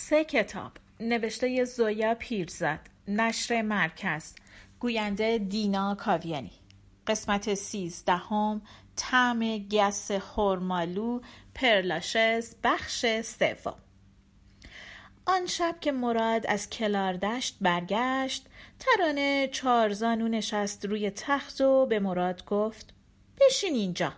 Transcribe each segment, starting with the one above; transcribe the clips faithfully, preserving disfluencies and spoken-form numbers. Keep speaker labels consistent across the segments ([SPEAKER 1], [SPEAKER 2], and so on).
[SPEAKER 1] سه کتاب نوشته زویا پیرزاد، نشر مرکز، گوینده دینا کاویانی. قسمت سیزدهم، طعم گس خرمالو، پرلاشز، بخش سوم. آن شب که مراد از کلاردشت برگشت، ترانه چارزانو نشست روی تخت و به مراد گفت بشین اینجا.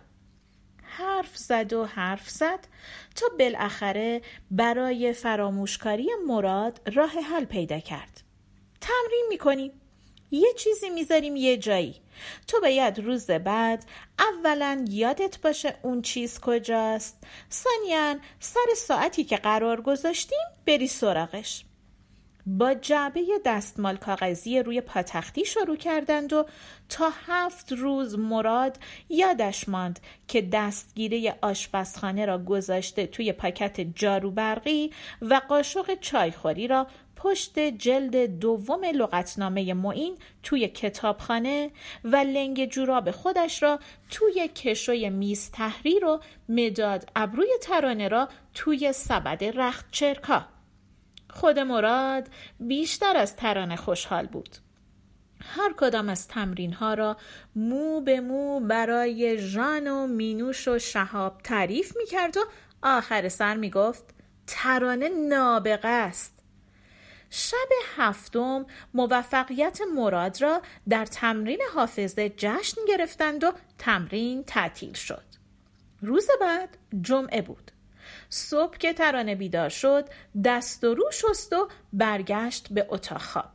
[SPEAKER 1] حرف زد و حرف زد تا بالاخره برای فراموشکاری مراد راه حل پیدا کرد. تمرین میکنیم، یه چیزی میذاریم یه جایی. تو باید روز بعد اولا یادت باشه اون چیز کجاست، ثانیاً سر ساعتی که قرار گذاشتیم بری سراغش. با جعبه دستمال کاغذی روی پاتختی شروع کردند و تا هفت روز مراد یادش ماند که دستگیره آشپزخانه را گذاشته توی پاکت جارو برقی و قاشق چایخوری را پشت جلد دوم لغتنامه معین توی کتابخانه و لنگ جوراب خودش را توی کشوی میز تحریر و مداد ابروی ترانه را توی سبد رخت چرکا. خود مراد بیشتر از ترانه خوشحال بود. هر کدام از تمرین ها را مو به مو برای ژان و مینوش و شهاب تعریف می کرد و آخر سر می گفت ترانه نابغه است. شب هفتم موفقیت مراد را در تمرین حافظه جشن گرفتند و تمرین تعطیل شد. روز بعد جمعه بود. صبح که ترانه بیدار شد دست و رو شست و برگشت به اتاق خواب.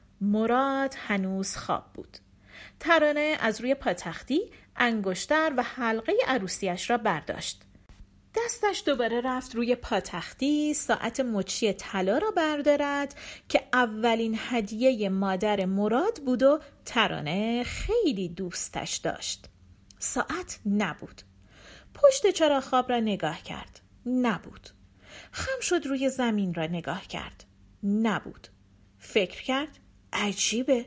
[SPEAKER 1] مراد هنوز خواب بود. ترانه از روی پاتختی انگشتر و حلقه عروسیش را برداشت. دستش دوباره رفت روی پاتختی ساعت مچی طلا را بردارد که اولین هدیه مادر مراد بود و ترانه خیلی دوستش داشت. ساعت نبود. پشت چراغ خواب را نگاه کرد. نبود. خم شد روی زمین را نگاه کرد. نبود. فکر کرد عجیبه.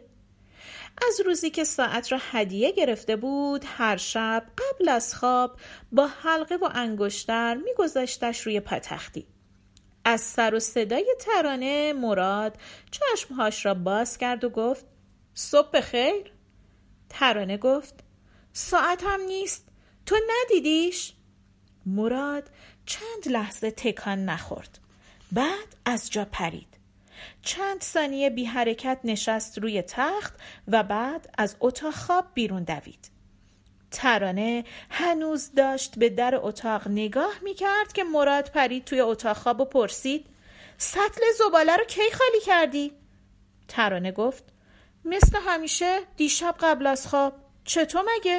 [SPEAKER 1] از روزی که ساعت را هدیه گرفته بود هر شب قبل از خواب با حلقه و انگشتر می‌گذاشتش روی پاتختی. از سر و صدای ترانه مراد چشمهاش را باز کرد و گفت صبح بخیر. ترانه گفت ساعت هم نیست، تو ندیدیش؟ مراد چند لحظه تکان نخورد. بعد از جا پرید. چند ثانیه بی حرکت نشست روی تخت و بعد از اتاق خواب بیرون دوید. ترانه هنوز داشت به در اتاق نگاه میکرد که مراد پرید توی اتاق خواب و پرسید سطل زباله رو کی خالی کردی؟ ترانه گفت مثل همیشه دیشب قبل از خواب. چطور مگه؟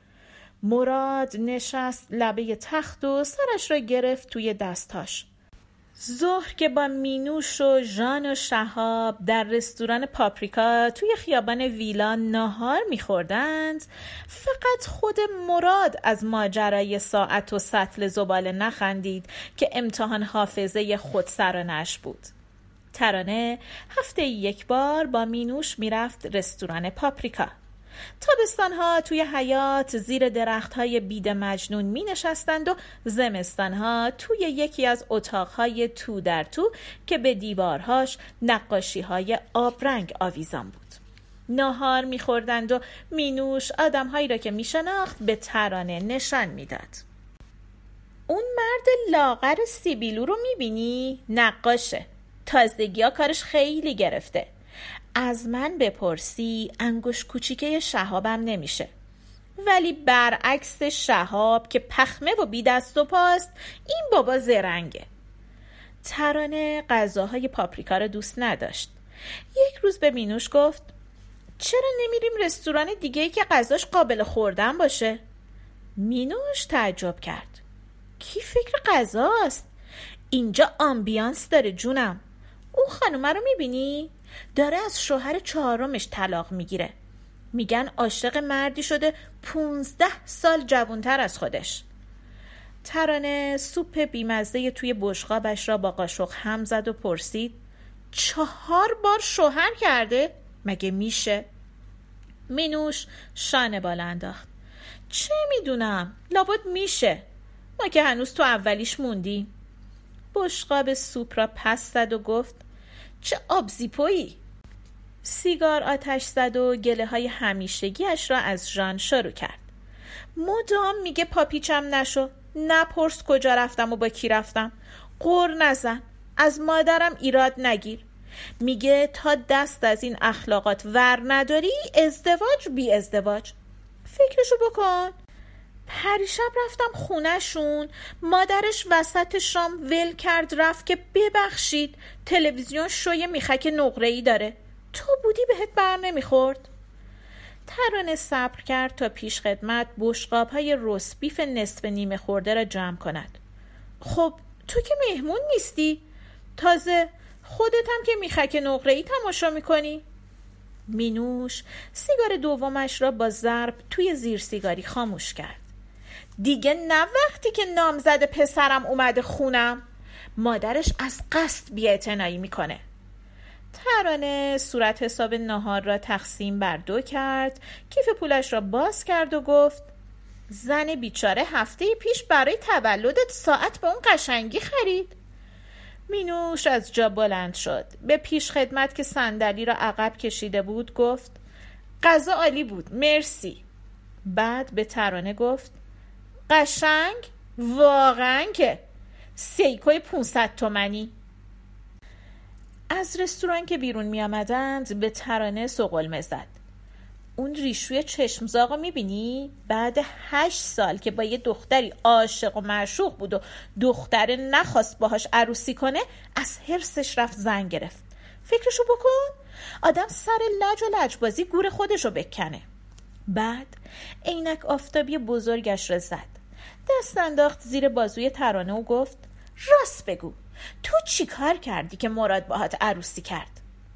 [SPEAKER 1] مراد نشست لبه تخت و سرش را گرفت توی دستاش. ظهر که با مینوش و ژان و شهاب در رستوران پاپریکا توی خیابان ویلا ناهار می‌خوردند، فقط خود مراد از ماجرای ساعت و سطل زباله نخندید که امتحان حافظه خودسرانش بود. ترانه هفته یک بار با مینوش میرفت رستوران پاپریکا. تابستانها توی حیاط زیر درختهای بید مجنون می نشستند و زمستانها توی یکی از اتاقهای تو در تو که به دیوارهاش نقاشیهای آبرنگ آویزان بود. ناهار می خوردند و مینوش آدمهایی را که می شناخت به ترانه نشان می داد. اون مرد لاغر سیبیلو رو می بینی؟ نقاشه. تازگی ها کارش خیلی گرفته. از من بپرسی انگشت کوچیکه شهابم نمیشه، ولی برعکس شهاب که پخمه و بی دست و پاست این بابا زرنگه. ترانه غذاهای پاپریکا رو دوست نداشت. یک روز به مینوش گفت چرا نمیریم رستوران دیگه‌ای که غذاش قابل خوردن باشه؟ مینوش تعجب کرد. کی فکر غذاست؟ اینجا آمبیانس داره جونم. اون خانومه رو میبینی؟ داره از شوهر چهارمش طلاق میگیره. میگن عاشق مردی شده پونزده سال جوانتر از خودش. ترانه سوپ بیمزه توی بشقابش را با قاشق هم زد و پرسید چهار بار شوهر کرده؟ مگه میشه؟ مینوش شانه بالا انداخت. چه میدونم، لابد میشه. ما که هنوز تو اولیش موندی. بشقاب سوپ را پس زد و گفت چه آبزیپویی. سیگار آتش زد و گله های همیشگیش را از ژان شروع کرد. مدام میگه پاپیچم نشو، نپرس کجا رفتم و با کی رفتم، غر نزن، از مادرم ایراد نگیر. میگه تا دست از این اخلاقات ور نداری ازدواج بی ازدواج. فکرشو بکن. پریشب رفتم خونهشون، مادرش وسط شام ول کرد رفت که ببخشید تلویزیون شوی میخک نقره‌ای داره، تو بودی بهت بر نمیخورد. ترانه صبر کرد تا پیش خدمت بشقاب های رست بیف نصف نیمه خورده را جمع کند. خب تو که مهمون نیستی، تازه خودت هم که میخک نقره‌ای تماشا میکنی. مینوش سیگار دومش را با ضرب توی زیر سیگاری خاموش کرد. دیگه نه وقتی که نامزد پسرم اومده خونم. مادرش از قصد بی‌اعتنایی میکنه. ترانه صورت حساب ناهار را تقسیم بر دو کرد، کیف پولش را باز کرد و گفت زن بیچاره هفته پیش برای تولدت ساعت به اون قشنگی خرید. مینوش از جا بلند شد، به پیش خدمت که صندلی را عقب کشیده بود گفت غذا عالی بود مرسی. بعد به ترانه گفت قشنگ؟ واقعا که سیکوی پونصد تومنی. از رستوران که بیرون می آمدند به ترانه سقلمه زد. اون ریشوی چشمزاغو می بینی؟ بعد هشت سال که با یه دختری عاشق و معشوق بود و دختره نخواست باهاش عروسی کنه، از حرصش رفت زن گرفت. فکرشو بکن، آدم سر لج و لجبازی گور خودشو بکنه. بعد عینک آفتابی بزرگش را زد، دست انداخت زیر بازوی ترانه و گفت راست بگو، تو چی کار کردی که مراد باهات عروسی کرد؟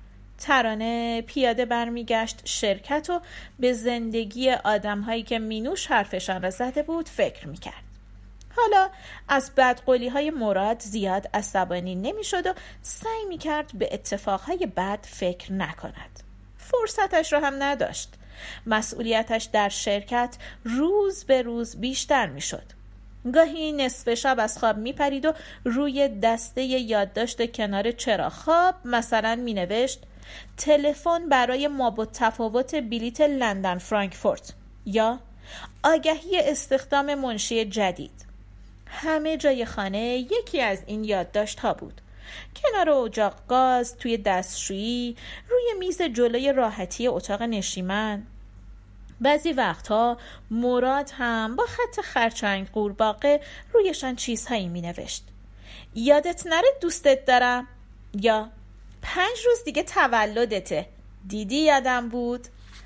[SPEAKER 1] ترانه پیاده برمیگشت شرکت و به زندگی آدم‌هایی که مینوش حرفشان را زده بود فکر میکرد. حالا از بدقولی های مراد زیاد عصبانی نمیشد و سعی میکرد به اتفاقهای بد فکر نکند. فرصتش را هم نداشت. مسئولیتش در شرکت روز به روز بیشتر میشد. گاهی نصف شب از خواب میپرید و روی دسته یادداشت کنار چراغ خواب مثلا مینوشت تلفن برای مابالتفاوت بلیت لندن فرانکفورت یا آگهی استخدام منشی جدید. همه جای خانه یکی از این یادداشت ها بود. کنار اجاق گاز، توی دستشویی، روی میز جلوی راحتی اتاق نشیمن. بعضی وقتها مراد هم با خط خرچنگ قورباغه رویشان چیزهایی می نوشت. یادت نره دوستت دارم، یا پنج روز دیگه تولدته، دیدی یادم بود.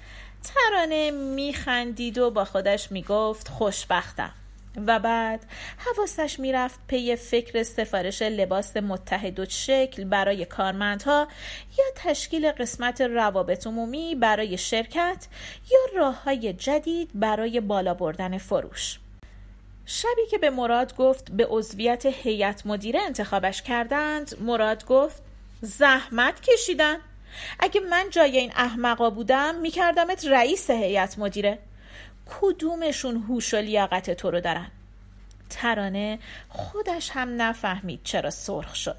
[SPEAKER 1] ترانه می خندید و با خودش می گفت خوشبختم و بعد حواسش می رفت پی فکر سفارش لباس متحد شکل برای کارمندها یا تشکیل قسمت روابط عمومی برای شرکت یا راه‌های جدید برای بالا بردن فروش. شبی که به مراد گفت به عضویت هیئت مدیره انتخابش کردند، مراد گفت زحمت کشیدن. اگه من جای این احمقا بودم میکردمت رئیس هیئت مدیره. کدومشون هوش و لیاقت تو رو دارن؟ ترانه خودش هم نفهمید چرا سرخ شد.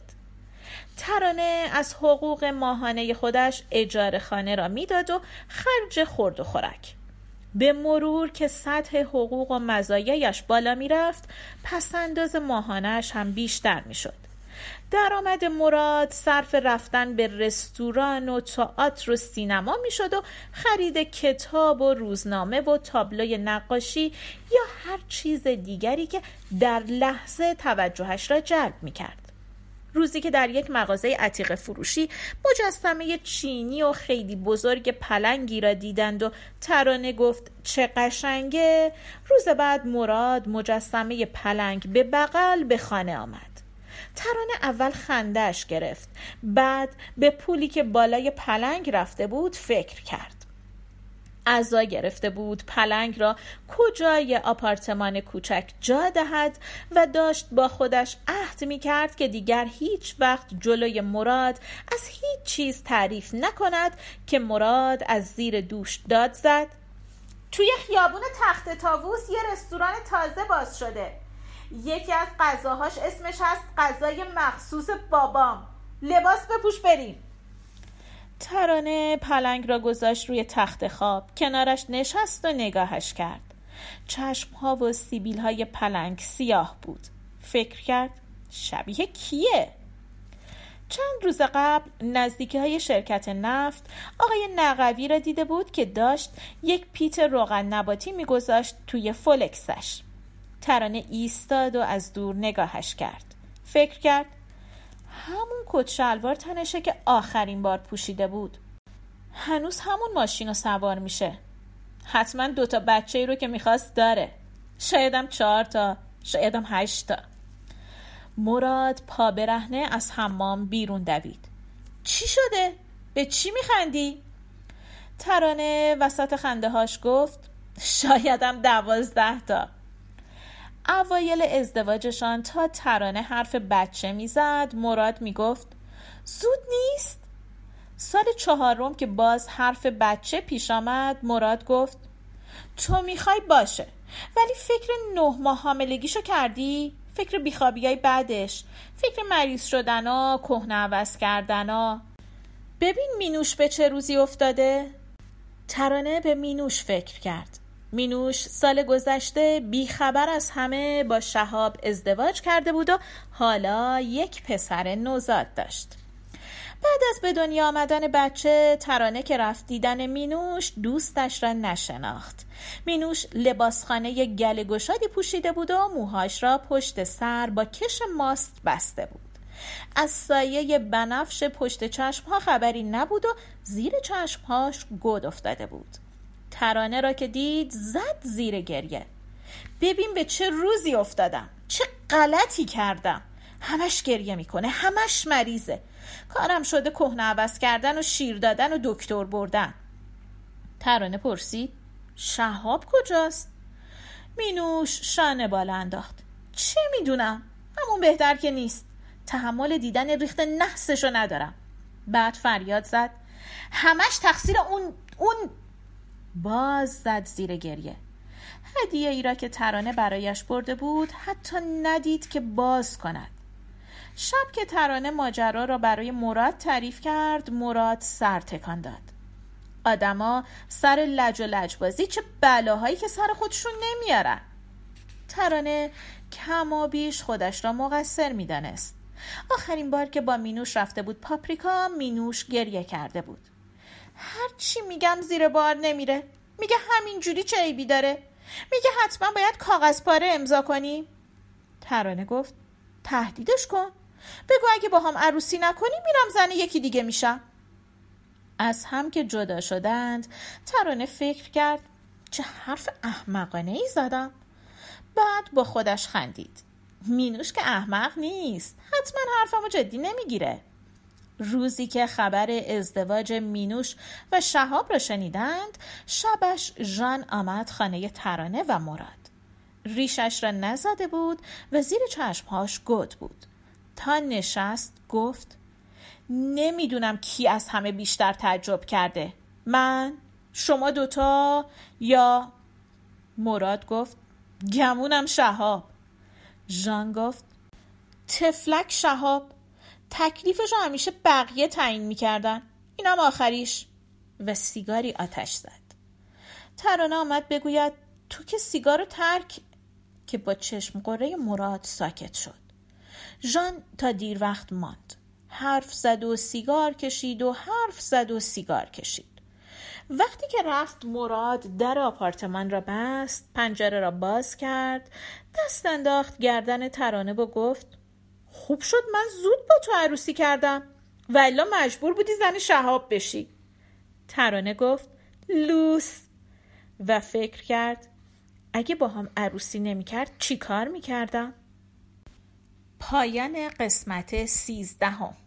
[SPEAKER 1] ترانه از حقوق ماهانه خودش اجاره خانه را میداد و خرج خورد و خوراک. به مرور که سطح حقوق و مزایایش بالا میرفت، پس انداز ماهانه‌اش هم بیشتر میشد. درآمد مراد صرف رفتن به رستوران و تئاتر و سینما میشد و خرید کتاب و روزنامه و تابلوی نقاشی یا هر چیز دیگری که در لحظه توجهش را جلب میکرد. روزی که در یک مغازه عتیقه فروشی مجسمه چینی و خیلی بزرگ پلنگی را دیدند و ترانه گفت چه قشنگه، روز بعد مراد مجسمه پلنگ به بغل به خانه آمد. ترانه اول خنده‌اش گرفت، بعد به پولی که بالای پلنگ رفته بود فکر کرد. عزا گرفته بود پلنگ را کجای آپارتمان کوچک جا دهد و داشت با خودش عهد می کرد که دیگر هیچ وقت جلوی مراد از هیچ چیز تعریف نکند که مراد از زیر دوش داد زد توی خیابون تخت طاووس یه رستوران تازه باز شده، یکی از غذاهاش اسمش هست غذای مخصوص بابام. لباس بپوش بریم. ترانه پلنگ را گذاشت روی تخت خواب، کنارش نشست و نگاهش کرد. چشمها و سیبیل‌های پلنگ سیاه بود. فکر کرد شبیه کیه؟ چند روز قبل نزدیکی های شرکت نفت آقای نقوی را دیده بود که داشت یک پیت روغن نباتی میگذاشت توی فولکسش. ترانه ایستاد و از دور نگاهش کرد. فکر کرد همون کت شلوار تنشه که آخرین بار پوشیده بود. هنوز همون ماشین رو سوار میشه. حتما دوتا بچه رو که میخواست داره. شایدم چهار تا، شایدم هشت تا. مراد پا برهنه از حمام بیرون دوید. چی شده؟ به چی میخندی؟ ترانه وسط خنده هاش گفت شایدم دوازده تا. اوایل ازدواجشان تا ترانه حرف بچه میزد مراد میگفت زود نیست؟ سال چهارم که باز حرف بچه پیش آمد مراد گفت تو میخوای باشه، ولی فکر نه ماه حاملگیشو کردی؟ فکر بیخوابیای بعدش، فکر مریض شدنا، کهنه عوض کردنا. ببین مینوش به چه روزی افتاده؟ ترانه به مینوش فکر کرد. مینوش سال گذشته بیخبر از همه با شهاب ازدواج کرده بود و حالا یک پسر نوزاد داشت. بعد از به دنیا آمدن بچه ترانه که رفت دیدن مینوش دوستش را نشناخت. مینوش لباسخانه گله گشادی پوشیده بود و موهاش را پشت سر با کش ماست بسته بود. از سایه بنفش پشت چشمها خبری نبود و زیر چشمهاش گود افتاده بود. ترانه را که دید زد زیر گریه. ببین به چه روزی افتادم، چه غلطی کردم. همش گریه میکنه، همش مریضه. کارم شده کهنه عوض کردن و شیر دادن و دکتر بردن. ترانه پرسید شهاب کجاست؟ مینوش شانه بالا انداخت. چه میدونم، همون بهتر که نیست. تحمل دیدن ریخت نحسشو ندارم. بعد فریاد زد همش تقصیر اون اون باز زد زیر گریه. هدیه ای را که ترانه برایش برده بود حتی ندید که باز کند. شب که ترانه ماجرا را برای مراد تعریف کرد مراد سر تکان داد. آدما سر لج و لجبازی چه بلاهایی که سر خودشون نمیارن. ترانه کما بیش خودش را مقصر میدانست. آخرین بار که با مینوش رفته بود پاپریکا مینوش گریه کرده بود. هر چی میگم زیر بار نمیره. میگه همین جوری چه عیبی داره؟ میگه حتما باید کاغذ پاره امضا کنی. ترانه گفت تهدیدش کن. بگو اگه با هم عروسی نکنی میرم زن یکی دیگه میشم. از هم که جدا شدند ترانه فکر کرد چه حرف احمقانه ای زدم. بعد با خودش خندید. مینوش که احمق نیست، حتما حرفمو جدی نمیگیره. روزی که خبر ازدواج مینوش و شهاب را شنیدند شبش ژان آمد خانه ترانه و مراد. ریشش را نزده بود و زیر چشمهاش گود بود. تا نشست گفت نمیدونم کی از همه بیشتر تعجب کرده، من، شما دوتا یا مراد گفت گمونم شهاب. ژان گفت تفلک شهاب، تکلیفش رو همیشه بقیه تعیین میکردن، اینم آخریش. و سیگاری آتش زد. ترانه آمد بگوید تو که سیگار رو ترک، که با چشم قره مراد ساکت شد. ژان تا دیر وقت ماند. حرف زد و سیگار کشید و حرف زد و سیگار کشید. وقتی که رفت مراد در آپارتمان را بست، پنجره را باز کرد، دست انداخت گردن ترانه و گفت خوب شد من زود با تو عروسی کردم، والا مجبور بودی زن شهاب بشی. ترانه گفت لوس و فکر کرد اگه با هم عروسی نمی کرد چی کار می کردم؟ پایان قسمت سیزدهم.